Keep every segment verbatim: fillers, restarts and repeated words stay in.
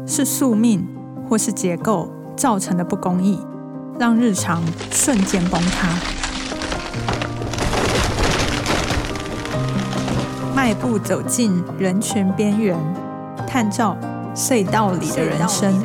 是宿命或是结构造成的不公义，让日常瞬间崩塌。迈步走进人群边缘，探照隧道里的人生。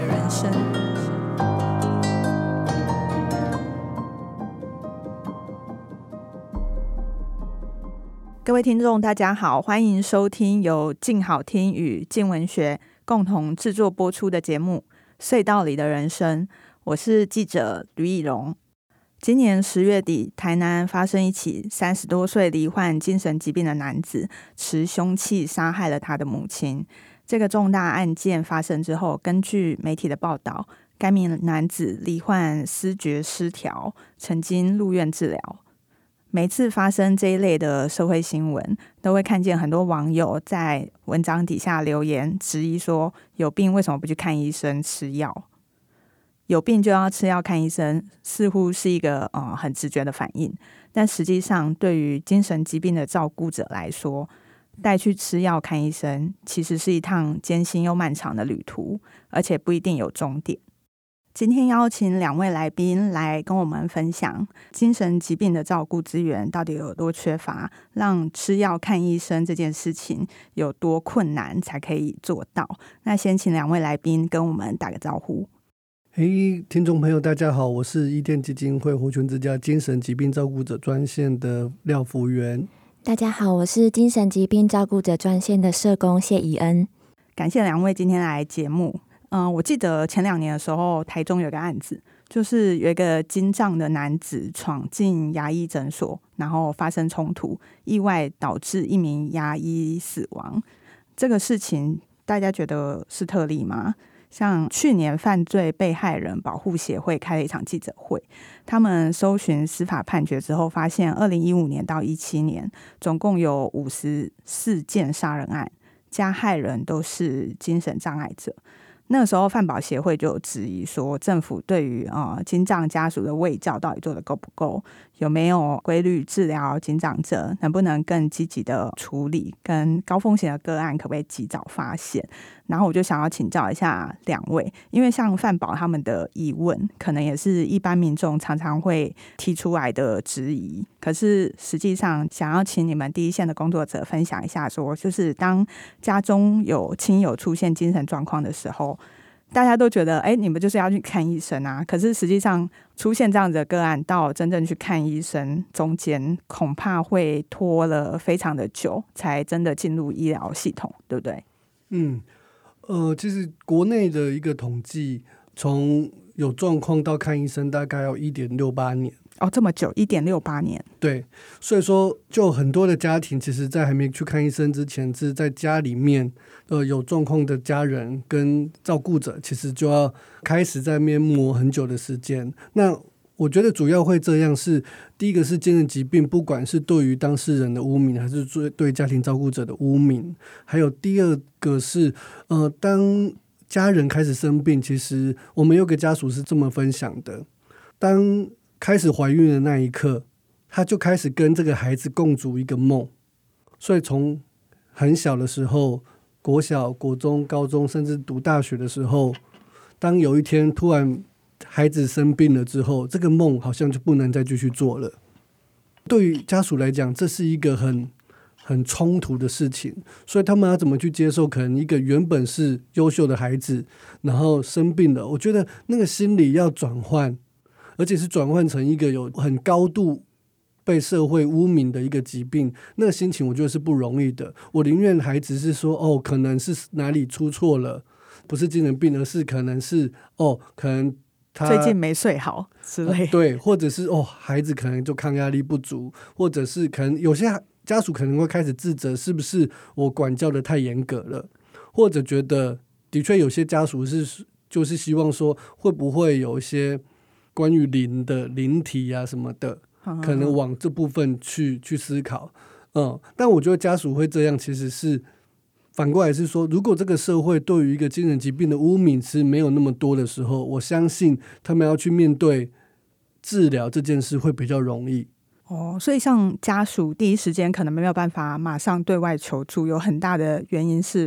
各位听众大家好，欢迎收听由静好听与静文学共同制作播出的节目《隧道里的人生》，我是记者吕以荣。今年十月底，台南发生一起三十多岁罹患精神疾病的男子持凶器杀害了他的母亲。这个重大案件发生之后，根据媒体的报道，该名男子罹患思觉失调，曾经入院治疗。每次发生这一类的社会新闻，都会看见很多网友在文章底下留言质疑说，有病为什么不去看医生吃药？有病就要吃药看医生，似乎是一个、呃、很直觉的反应，但实际上对于精神疾病的照顾者来说，带去吃药看医生其实是一趟艰辛又漫长的旅途，而且不一定有终点。今天邀请两位来宾来跟我们分享精神疾病的照顾资源到底有多缺乏，让吃药看医生这件事情有多困难才可以做到。那先请两位来宾跟我们打个招呼。 嘿，听众朋友大家好，我是伊甸基金会活泉之家精神疾病照顾者专线的廖福元。 大家好，我是精神疾病照顾者专线的社工谢宜恩。 感谢两位今天来节目。嗯，我记得前两年的时候，台中有个案子，就是有一个精障的男子闯进牙医诊所，然后发生冲突，意外导致一名牙医死亡。这个事情大家觉得是特例吗？像去年犯罪被害人保护协会开了一场记者会，他们搜寻司法判决之后，发现二零一五年到一七年总共有五十四件杀人案，加害人都是精神障碍者。那个时候犯保协会就有质疑说，政府对于呃精障家属的卫教到底做得够不够，有没有规律治疗精障者，能不能更积极的处理，跟高风险的个案可不可以及早发现。然后我就想要请教一下两位，因为像犯保他们的疑问可能也是一般民众常常会提出来的质疑，可是实际上想要请你们第一线的工作者分享一下说，就是当家中有亲友出现精神状况的时候，大家都觉得哎，你们就是要去看医生啊，可是实际上出现这样子的个案到真正去看医生中间恐怕会拖了非常的久才真的进入医疗系统，对不对？ 嗯呃，其实国内的一个统计，从有状况到看医生大概要一点六八年。 哦，这么久，一点六八年。 对，所以说就很多的家庭其实在还没去看医生之前，是在家里面呃有状况的家人跟照顾者其实就要开始在那边磨很久的时间。那我觉得主要会这样是，第一个是精神疾病不管是对于当事人的污名，还是对家庭照顾者的污名，还有第二个是呃当家人开始生病，其实我们有个家属是这么分享的，当开始怀孕的那一刻，他就开始跟这个孩子共筑一个梦，所以从很小的时候，国小、国中、高中，甚至读大学的时候，当有一天突然孩子生病了之后，这个梦好像就不能再继续做了。对于家属来讲，这是一个很很冲突的事情，所以他们要怎么去接受可能一个原本是优秀的孩子，然后生病了，我觉得那个心理要转换，而且是转换成一个有很高度被社会污名的一个疾病，那个心情我觉得是不容易的。我宁愿孩子是说哦，可能是哪里出错了，不是精神病，而是可能是哦，可能他最近没睡好之类、 呃、对，或者是哦，孩子可能就抗压力不足，或者是可能有些家属可能会开始自责，是不是我管教的太严格了，或者觉得的确有些家属是就是希望说会不会有一些关于灵的灵体啊什么的，可能往这部分去去思考。嗯，但我觉得家属会这样，其实是反过来是说，如果这个社会对于一个精神疾病的污名是没有那么多的时候，我相信他们要去面对治疗这件事会比较容易。 哦，所以像家属第一时间可能没有办法马上对外求助，有很大的原因是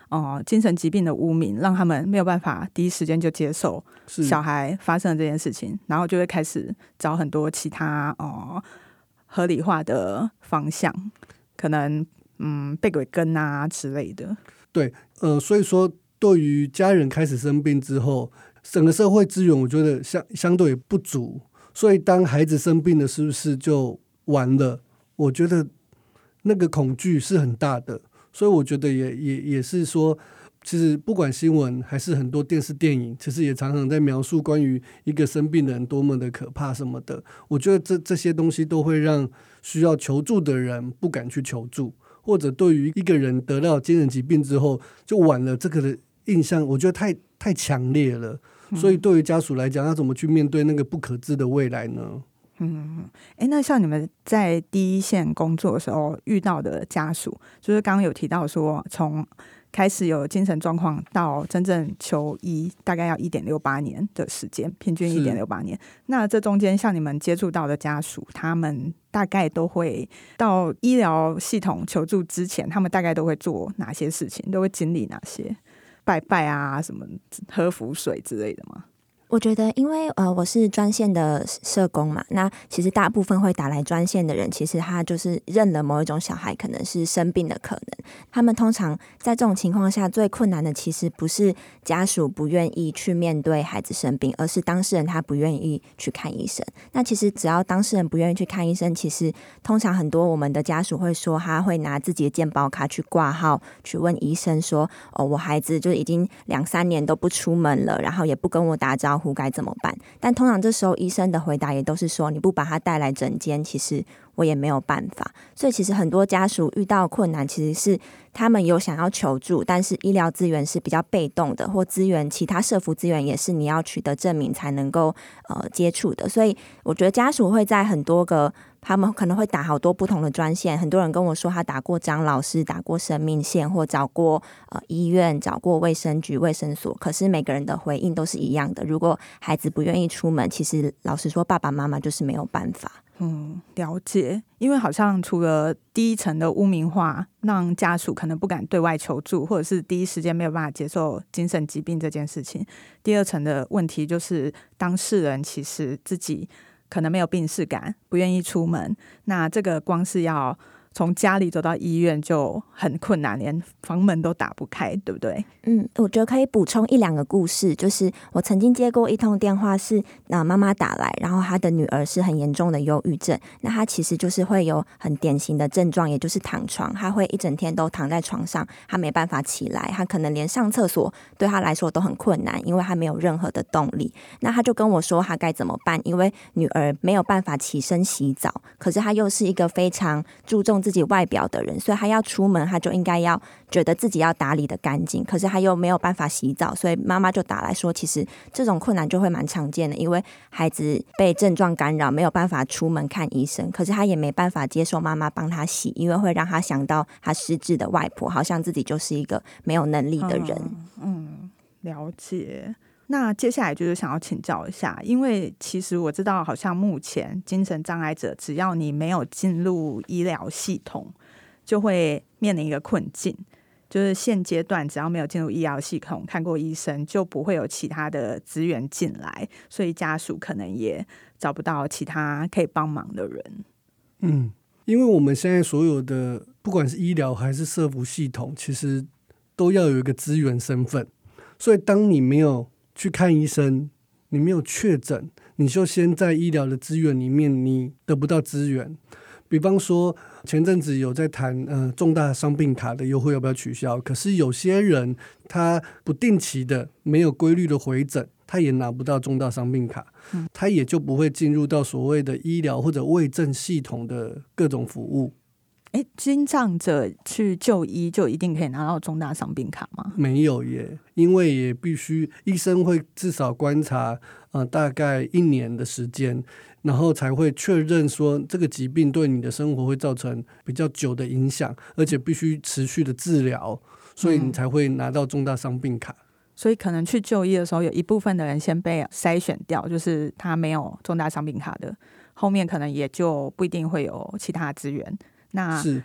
呃精神疾病的污名，让他们没有办法第一时间就接受小孩发生的这件事情，然后就会开始找很多其他呃合理化的方向，可能嗯被鬼跟啊之类的。 对，呃，所以说对于家人开始生病之后，整个社会资源我觉得相相对也不足，所以当孩子生病了，是不是就完了？我觉得那个恐惧是很大的，所以我觉得也也也是说，其实不管新闻还是很多电视电影，其实也常常在描述关于一个生病的人多么的可怕什么的。我觉得这这些东西都会让需要求助的人不敢去求助，或者对于一个人得到精神疾病之后就完了，这个的印象我觉得太太强烈了。所以对于家属来讲，要怎么去面对那个不可知的未来呢？ 嗯，哎，那像你们在第一线工作的时候遇到的家属，就是刚刚有提到说，从开始有精神状况到真正求医，大概要一点六八年的时间，平均一点六八年。那这中间，像你们接触到的家属，他们大概都会到医疗系统求助之前，他们大概都会做哪些事情？都会经历哪些？拜拜啊，什么喝符水之类的吗？ 我觉得因为呃我是专线的社工嘛，那其实大部分会打来专线的人，其实他就是认了某一种小孩可能是生病的可能。他们通常在这种情况下最困难的其实不是家属不愿意去面对孩子生病，而是当事人他不愿意去看医生。那其实只要当事人不愿意去看医生，其实通常很多我们的家属会说他会拿自己的健保卡去挂号，去问医生说哦，我孩子就已经两三年都不出门了，然后也不跟我打招呼，该怎么办？但通常这时候医生的回答也都是说，你不把他带来诊间，其实我也没有办法。所以其实很多家属遇到困难，其实是他们有想要求助，但是医疗资源是比较被动的，或资源其他社福资源也是你要取得证明才能够呃接触的。所以我觉得家属会在很多个他们可能会打好多不同的专线，很多人跟我说他打过张老师，打过生命线，或找过呃医院，找过卫生局、卫生所，可是每个人的回应都是一样的。如果孩子不愿意出门，其实老实说，爸爸妈妈就是没有办法。 嗯，了解。因为好像除了第一层的污名化，让家属可能不敢对外求助，或者是第一时间没有办法接受精神疾病这件事情。第二层的问题就是当事人其实自己可能没有病识感，不愿意出门。那这个光是要从家里走到医院就很困难，连房门都打不开，对不对？ 嗯，我觉得可以补充一两个故事。就是我曾经接过一通电话是，是呃妈妈打来，然后她的女儿是很严重的忧郁症。那她其实就是会有很典型的症状，也就是躺床，她会一整天都躺在床上，她没办法起来，她可能连上厕所对她来说都很困难，因为她没有任何的动力。那她就跟我说她该怎么办，因为女儿没有办法起身洗澡，可是她又是一个非常注重自己外表的人，所以她要出门，她就应该要觉得自己要打理得干净，可是她又没有办法洗澡，所以妈妈就打来说，其实这种困难就会蛮常见的，因为孩子被症状干扰，没有办法出门看医生，可是他也没办法接受妈妈帮他洗，因为会让他想到他失智的外婆，好像自己就是一个没有能力的人。 嗯，嗯，了解。那接下来就是想要请教一下，因为其实我知道好像目前精神障碍者只要你没有进入医疗系统，就会面临一个困境，就是现阶段只要没有进入医疗系统看过医生，就不会有其他的资源进来，所以家属可能也找不到其他可以帮忙的人。 嗯，因为我们现在所有的不管是医疗还是社福系统，其实都要有一个资源身份，所以当你没有去看医生，你没有确诊，你就先在医疗的资源里面你得不到资源。比方说前阵子有在谈呃重大伤病卡的优惠要不要取消，可是有些人他不定期的没有规律的回诊，他也拿不到重大伤病卡，嗯、他也就不会进入到所谓的医疗或者卫政系统的各种服务。 哎，精障者去就医就一定可以拿到重大伤病卡吗？ 没有耶，因为也必须医生会至少观察呃大概一年的时间，然后才会确认说这个疾病对你的生活会造成比较久的影响，而且必须持续的治疗，所以你才会拿到重大伤病卡。嗯， 所以可能去就医的时候，有一部分的人先被筛选掉，就是他没有重大伤病卡的，后面可能也就不一定会有其他资源。那是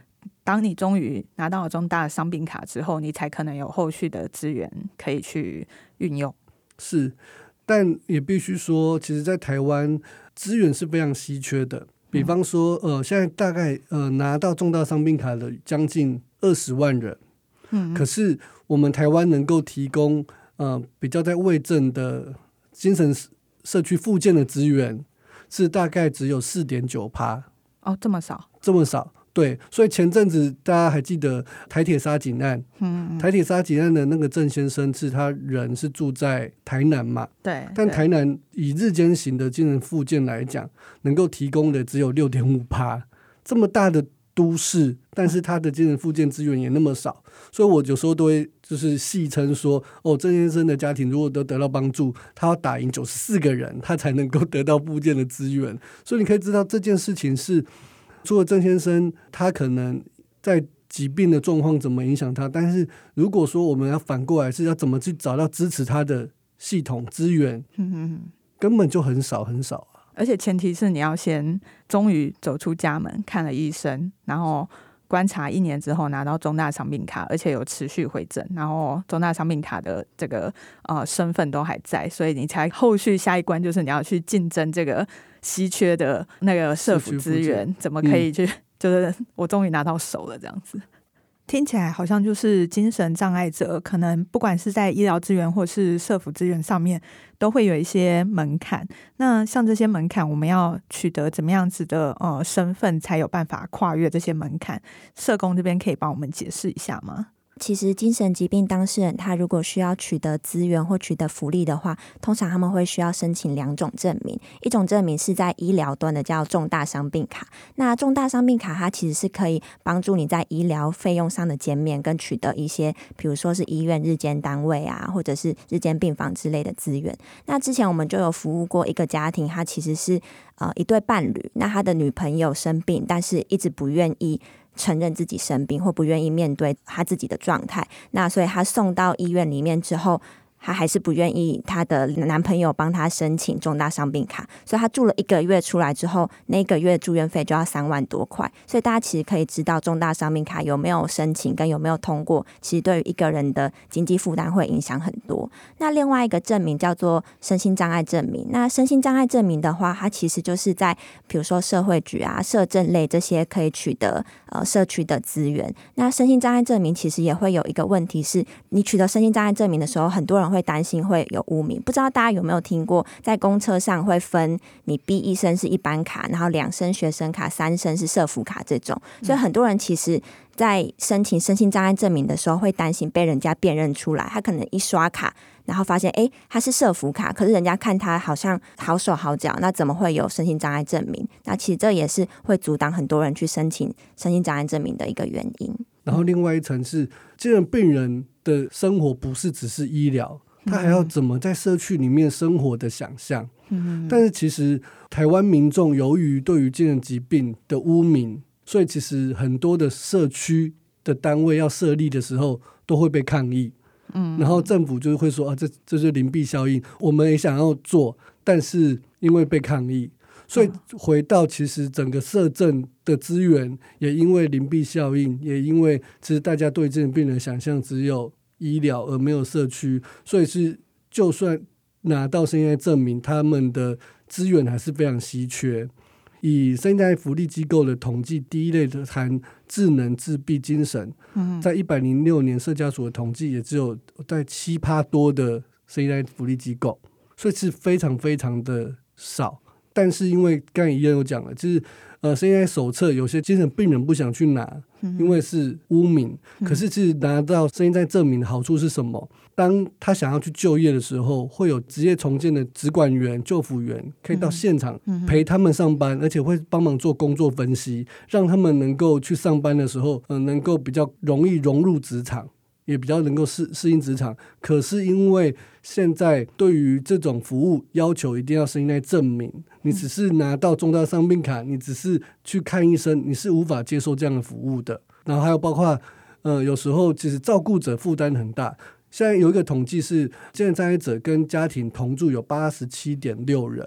当你终于拿到了重大的伤病卡之后，你才可能有后续的资源可以去运用。 是，但也必须说，其实在台湾资源是非常稀缺的。比方说，呃，现在大概呃拿到重大伤病卡的将近二十万人，嗯，可是我们台湾能够提供呃比较在卫政的精神社区复健的资源，是大概只有四点九趴。 哦，这么少， 这么少。对，所以前阵子大家还记得台铁杀警案，嗯，台铁杀警案的那个郑先生是他人是住在台南嘛， 对， 但台南以日间型的精神复健来讲，能够提供的只有 六点五趴， 这么大的都市，但是他的精神复健资源也那么少，所以我有时候都会就是戏称说，哦，郑先生的家庭如果都得到帮助，他要打赢九十四个人，他才能够得到复健的资源。所以你可以知道这件事情是。除了郑先生他可能在疾病的状况怎么影响他，但是如果说我们要反过来是要怎么去找到支持他的系统资源，根本就很少很少啊。 而且前提是你要先终于走出家门看了医生，然后观察一年之后拿到重大伤病卡，而且有持续回诊，然后重大伤病卡的这个呃身份都还在，所以你才后续下一关就是你要去竞争这个稀缺的那个社福资源，怎么可以去、嗯、就是我终于拿到手了这样子。听起来好像就是精神障碍者可能不管是在医疗资源或是社福资源上面都会有一些门槛，那像这些门槛我们要取得怎么样子的呃身份才有办法跨越这些门槛，社工这边可以帮我们解释一下吗？ 其实精神疾病当事人他如果需要取得资源或取得福利的话，通常他们会需要申请两种证明，一种证明是在医疗端的叫重大伤病卡，那重大伤病卡它其实是可以帮助你在医疗费用上的减免跟取得一些比如说是医院日间单位啊或者是日间病房之类的资源。那之前我们就有服务过一个家庭，他其实是呃一对伴侣，那他的女朋友生病但是一直不愿意承认自己生病或不愿意面对他自己的状态，那所以他送到医院里面之后，她还是不愿意她的男朋友帮她申请重大伤病卡，所以她住了一个月出来之后，那一个月住院费就要三万多块。所以大家其实可以知道重大伤病卡有没有申请跟有没有通过，其实对于一个人的经济负担会影响很多。那另外一个证明叫做身心障碍证明，那身心障碍证明的话，它其实就是在比如说社会局啊、社政类这些可以取得呃社区的资源。那身心障碍证明其实也会有一个问题是，你取得身心障碍证明的时候，很多人会担心会有污名，不知道大家有没有听过，在公车上会分你 B 一生是一般卡，然后两生学生卡，三生是社福卡这种，所以很多人其实在申请身心障碍证明的时候会担心被人家辨认出来，他可能一刷卡然后发现诶他是社福卡，可是人家看他好像好手好脚，那怎么会有身心障碍证明？那其实这也是会阻挡很多人去申请身心障碍证明的一个原因。 然后另外一层是精神病人的生活不是只是医疗，他还要怎么在社区里面生活的想象、嗯、但是其实台湾民众由于对于精神疾病的污名，所以其实很多的社区的单位要设立的时候都会被抗议、嗯、然后政府就会说、啊、这, 这就是邻避效应，我们也想要做，但是因为被抗议，所以回到其实整个社政的资源也因为邻避效应，也因为其实大家对精神病人的想象只有医疗而没有社区，所以是就算拿到身心障碍证明，他们的资源还是非常稀缺。以身心障碍福利机构的统计，第一类的含智能自闭精神、嗯、在一百零六年社家署的统计也只有在七趴多的身心障碍福利机构，所以是非常非常的少。但是因为刚才医生有讲了，就是呃，身心障碍手册有些精神病人不想去拿，因为是污名、嗯、可是其实拿到身心障碍证明的好处是什么？当他想要去就业的时候，会有职业重建的职管员、就辅员可以到现场陪他们上班、嗯、而且会帮忙做工作分析，让他们能够去上班的时候、呃、能够比较容易融入职场，也比较能够适适应职场。可是因为现在对于这种服务要求一定要身心障碍证明，你只是拿到重大伤病卡，你只是去看医生，你是无法接受这样的服务的。然后还有包括呃，有时候其实照顾者负担很大。现在有一个统计是精神障碍者跟家庭同住有 八十七点六人，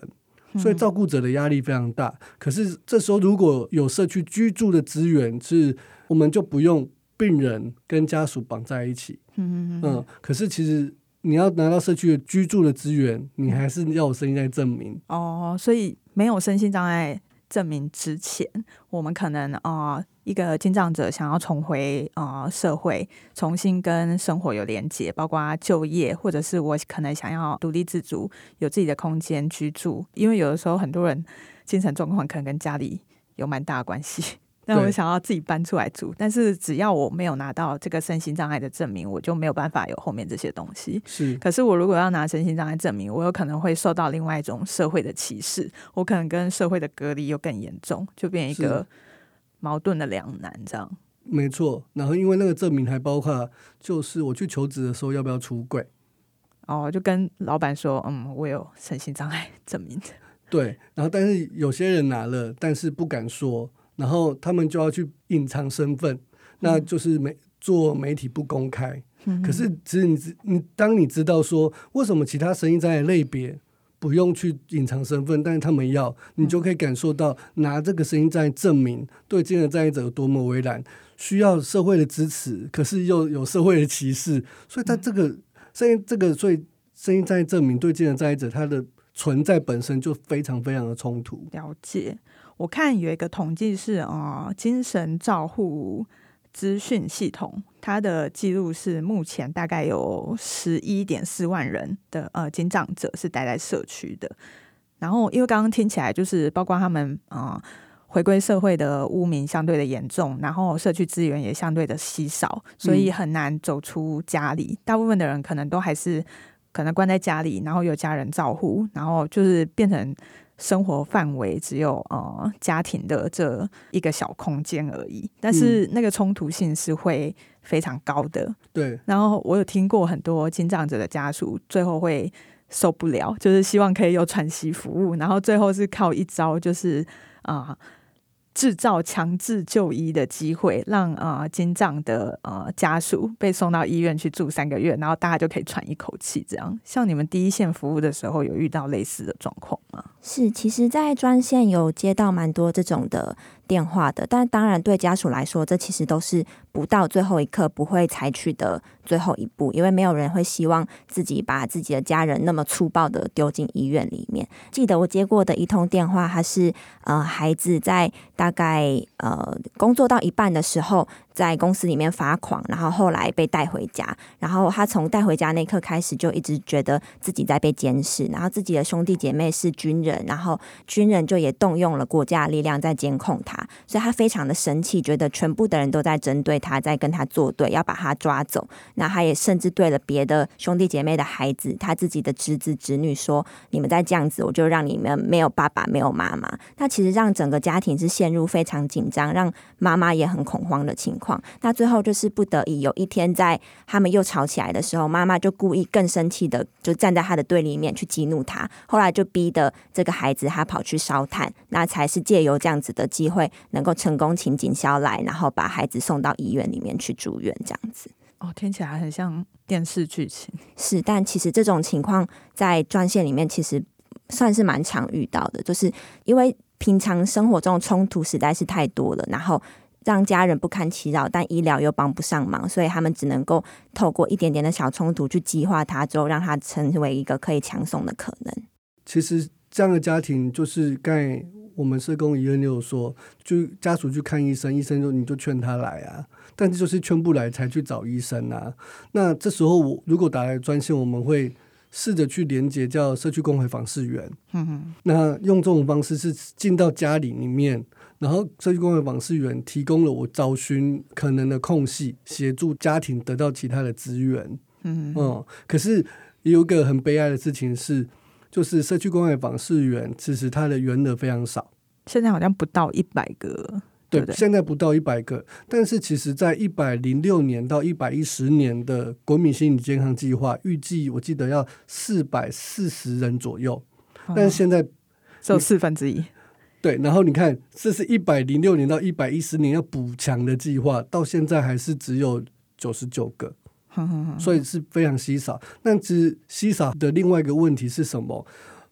所以照顾者的压力非常大。可是这时候如果有社区居住的资源，是我们就不用病人跟家属绑在一起。嗯嗯。可是其实你要拿到社区的居住的资源，你还是要有身心障碍证明。 哦，所以没有身心障碍证明之前，我们可能啊、呃，一个精障者想要重回啊、呃、社会，重新跟生活有连结，包括就业，或者是我可能想要独立自主，有自己的空间居住。因为有的时候很多人精神状况可能跟家里有蛮大的关系。那我想要自己搬出来住，但是只要我没有拿到这个身心障碍的证明，我就没有办法有后面这些东西。 是， 可是我如果要拿身心障碍证明，我有可能会受到另外一种社会的歧视，我可能跟社会的隔离又更严重，就变一个矛盾的两难这样。 没错，然后因为那个证明还包括，就是我去求职的时候要不要出柜。 哦，就跟老板说，嗯，我有身心障碍证明。 对，然后但是有些人拿了，但是不敢说。然后他们就要去隐藏身份，那就是媒做媒体不公开。嗯、可是其实你你当你知道说为什么其他身心障碍类别不用去隐藏身份，但是他们要，你就可以感受到拿这个身心障碍证明对精神障碍者有多么为难，需要社会的支持，可是又有社会的歧视。所以他这个身心这个所以身心障碍证明对精神障碍者他的存在本身就非常非常的冲突。 了解。我看有一个统计是呃精神照护资讯系统，它的记录是目前大概有十一点四万人的呃精障者是待在社区的。然后因为刚刚听起来就是包括他们呃回归社会的污名相对的严重，然后社区资源也相对的稀少，所以很难走出家里。嗯、大部分的人可能都还是可能关在家里，然后有家人照护，然后就是变成生活范围只有呃家庭的这一个小空间而已，但是那个冲突性是会非常高的。 对， 然后我有听过很多精障者的家属最后会受不了，就是希望可以有喘息服务，然后最后是靠一招就是啊。呃制造强制就医的机会，让呃精障的呃家属被送到医院去住三个月，然后大家就可以喘一口气。这样，像你们第一线服务的时候，有遇到类似的状况吗？ 是，其实，在专线有接到蛮多这种的电话的，但当然对家属来说，这其实都是不到最后一刻不会采取的最后一步，因为没有人会希望自己把自己的家人那么粗暴的丢进医院里面。记得我接过的一通电话，他是呃孩子在大概呃工作到一半的时候，在公司里面发狂，然后后来被带回家，然后他从带回家那一刻开始就一直觉得自己在被监视，然后自己的兄弟姐妹是军人，然后军人就也动用了国家的力量在监控他，所以他非常的生气，觉得全部的人都在针对他，在跟他作对，要把他抓走。那他也甚至对了别的兄弟姐妹的孩子，他自己的侄子侄女说，你们再这样子我就让你们没有爸爸没有妈妈。那其实让整个家庭是陷入非常紧张，让妈妈也很恐慌的情况。那最后就是不得已，有一天在他们又吵起来的时候，妈妈就故意更生气的就站在他的对立面去激怒他，后来就逼得这个孩子他跑去烧炭，那才是借由这样子的机会能够成功请警消来，然后把孩子送到医院里面去住院这样子。 哦，听起来很像电视剧情。 是，但其实这种情况在专线里面其实算是蛮常遇到的，就是因为平常生活中的冲突实在是太多了，然后让家人不堪其扰，但医疗又帮不上忙，所以他们只能够透过一点点的小冲突去激化它，之后让它成为一个可以强送的可能。 其实这样的家庭就是刚才我们社工一二六说，就家属去看医生，医生就你就劝他来啊，但是就是劝不来才去找医生啊。那这时候我如果打来专线，我们会试着去连接叫社区关怀访视员，嗯，那用这种方式是进到家里里面，然后社区关怀访视员提供了我找寻可能的空隙，协助家庭得到其他的资源，嗯嗯。可是也有一个很悲哀的事情是，就是社区关怀访视员其实他的员额非常少， 现在好像不到一百个。 对， 对对， 现在不到一百个，但是其实在一百零六年到一百一十年的国民心理健康计划，预计我记得要四百四十人左右，哦，但是现在只有四分之一。 对，然后你看，这是一百零六年到一百一十年要补强的计划，到现在还是只有九十九个，所以是非常稀少。但其实稀少的另外一个问题是什么？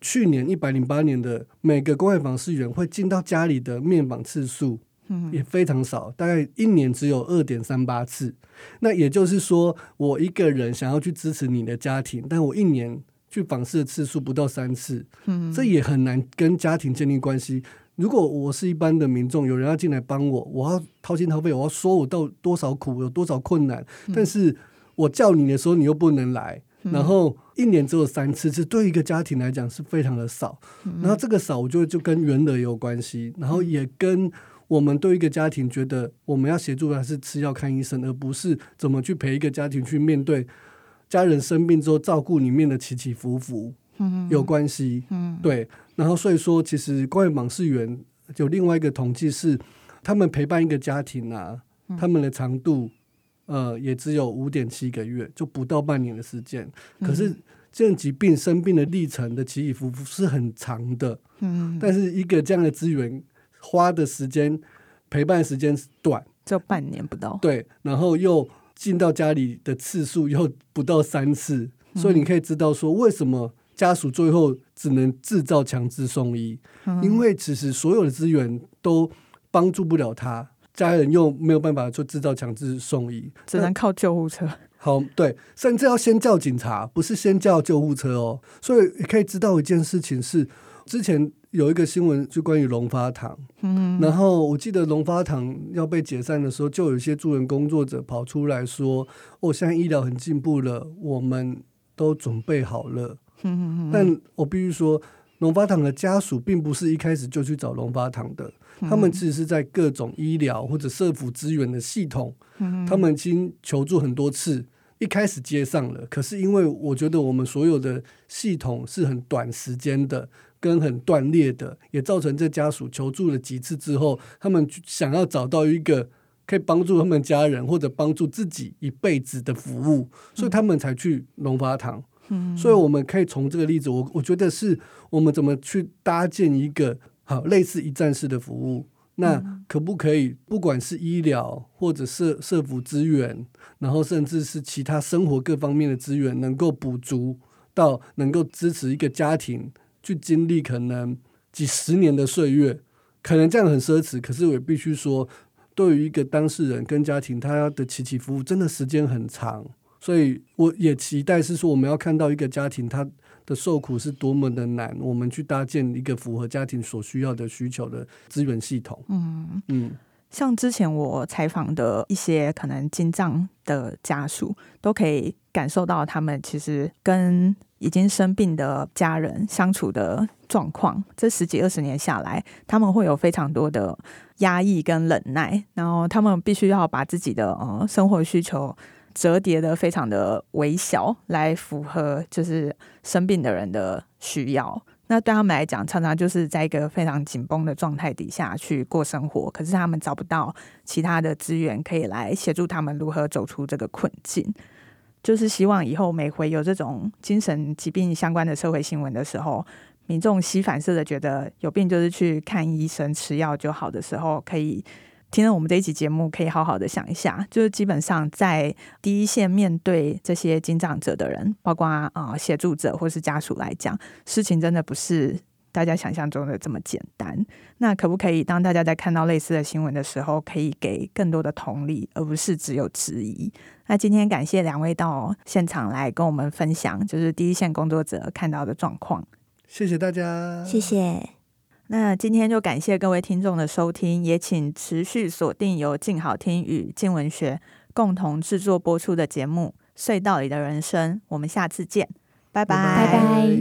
去年一百零八年的每个关爱访视员会进到家里的面访次数也非常少，大概一年只有 二点三八次。那也就是说，我一个人想要去支持你的家庭，但我一年去访视的次数不到三次，嗯，这也很难跟家庭建立关系。如果我是一般的民众，有人要进来帮我，我要掏心掏肺，我要说我到多少苦，有多少困难，嗯，但是我叫你的时候你又不能来，嗯，然后一年只有三次，这对一个家庭来讲是非常的少，嗯，然后这个少我觉得就跟原额有关系，然后也跟我们对一个家庭觉得我们要协助的是吃药看医生，而不是怎么去陪一个家庭去面对家人生病之后照顾里面的起起伏伏，嗯，有关系，嗯，对。然后所以说其实关爱访视员有另外一个统计是他们陪伴一个家庭啊，嗯，他们的长度呃也只有 五点七个月，就不到半年的时间，可是这样疾病生病的历程的起起伏伏是很长的，嗯，但是一个这样的资源花的时间陪伴时间短， 只有半年不到， 对，然后又进到家里的次数又不到三次，嗯，所以你可以知道说为什么家属最后只能制造强制送医，嗯，因为其实所有的资源都帮助不了他，家人又没有办法就制造强制送医， 只能靠救护车。 好，对，甚至要先叫警察，不是先叫救护车哦。所以也可以知道一件事情是，之前有一个新闻就关于龙发堂，嗯，然后我记得龙发堂要被解散的时候，就有一些助人工作者跑出来说，哦，现在医疗很进步了，我们都准备好了，嗯，但我必须说龙发堂的家属并不是一开始就去找龙发堂的，他们其实是在各种医疗或者社福资源的系统，嗯，他们已经求助很多次，一开始接上了，可是因为我觉得我们所有的系统是很短时间的跟很断裂的，也造成这家属求助了几次之后，他们想要找到一个可以帮助他们家人或者帮助自己一辈子的服务，所以他们才去龙发堂，嗯，所以我们可以从这个例子，我我觉得是我们怎么去搭建一个好类似一站式的服务，那可不可以不管是医疗或者是社福资源，然后甚至是其他生活各方面的资源能够补足到能够支持一个家庭去经历可能几十年的岁月，可能这样很奢侈，可是我也必须说对于一个当事人跟家庭他的起起伏伏真的时间很长，所以我也期待是说我们要看到一个家庭他的受苦是多么的难，我们去搭建一个符合家庭所需要的需求的资源系统。嗯嗯， 像之前我采访的一些可能精障的家属，都可以感受到他们其实跟已经生病的家人相处的状况，这十几二十年下来，他们会有非常多的压抑跟忍耐，然后他们必须要把自己的、呃、生活需求折叠的非常的微小，来符合就是生病的人的需要。那对他们来讲，常常就是在一个非常紧绷的状态底下去过生活，可是他们找不到其他的资源可以来协助他们如何走出这个困境。就是希望以后每回有这种精神疾病相关的社会新闻的时候，民众膝反射的觉得有病就是去看医生吃药就好的时候，可以听了我们这一集节目可以好好的想一下，就是基本上在第一线面对这些精障者的人，包括呃协助者或是家属来讲，事情真的不是大家想象中的这么简单。那可不可以当大家在看到类似的新闻的时候，可以给更多的同理，而不是只有质疑。那今天感谢两位到现场来跟我们分享就是第一线工作者看到的状况， 谢谢大家。 谢谢。 那今天就感谢各位听众的收听，也请持续锁定由静好听与静文学共同制作播出的节目《隧道里的人生》，我们下次见，拜拜拜拜。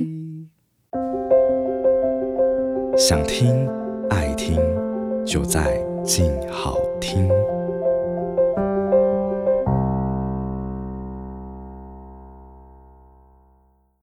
想听爱听就在静好听。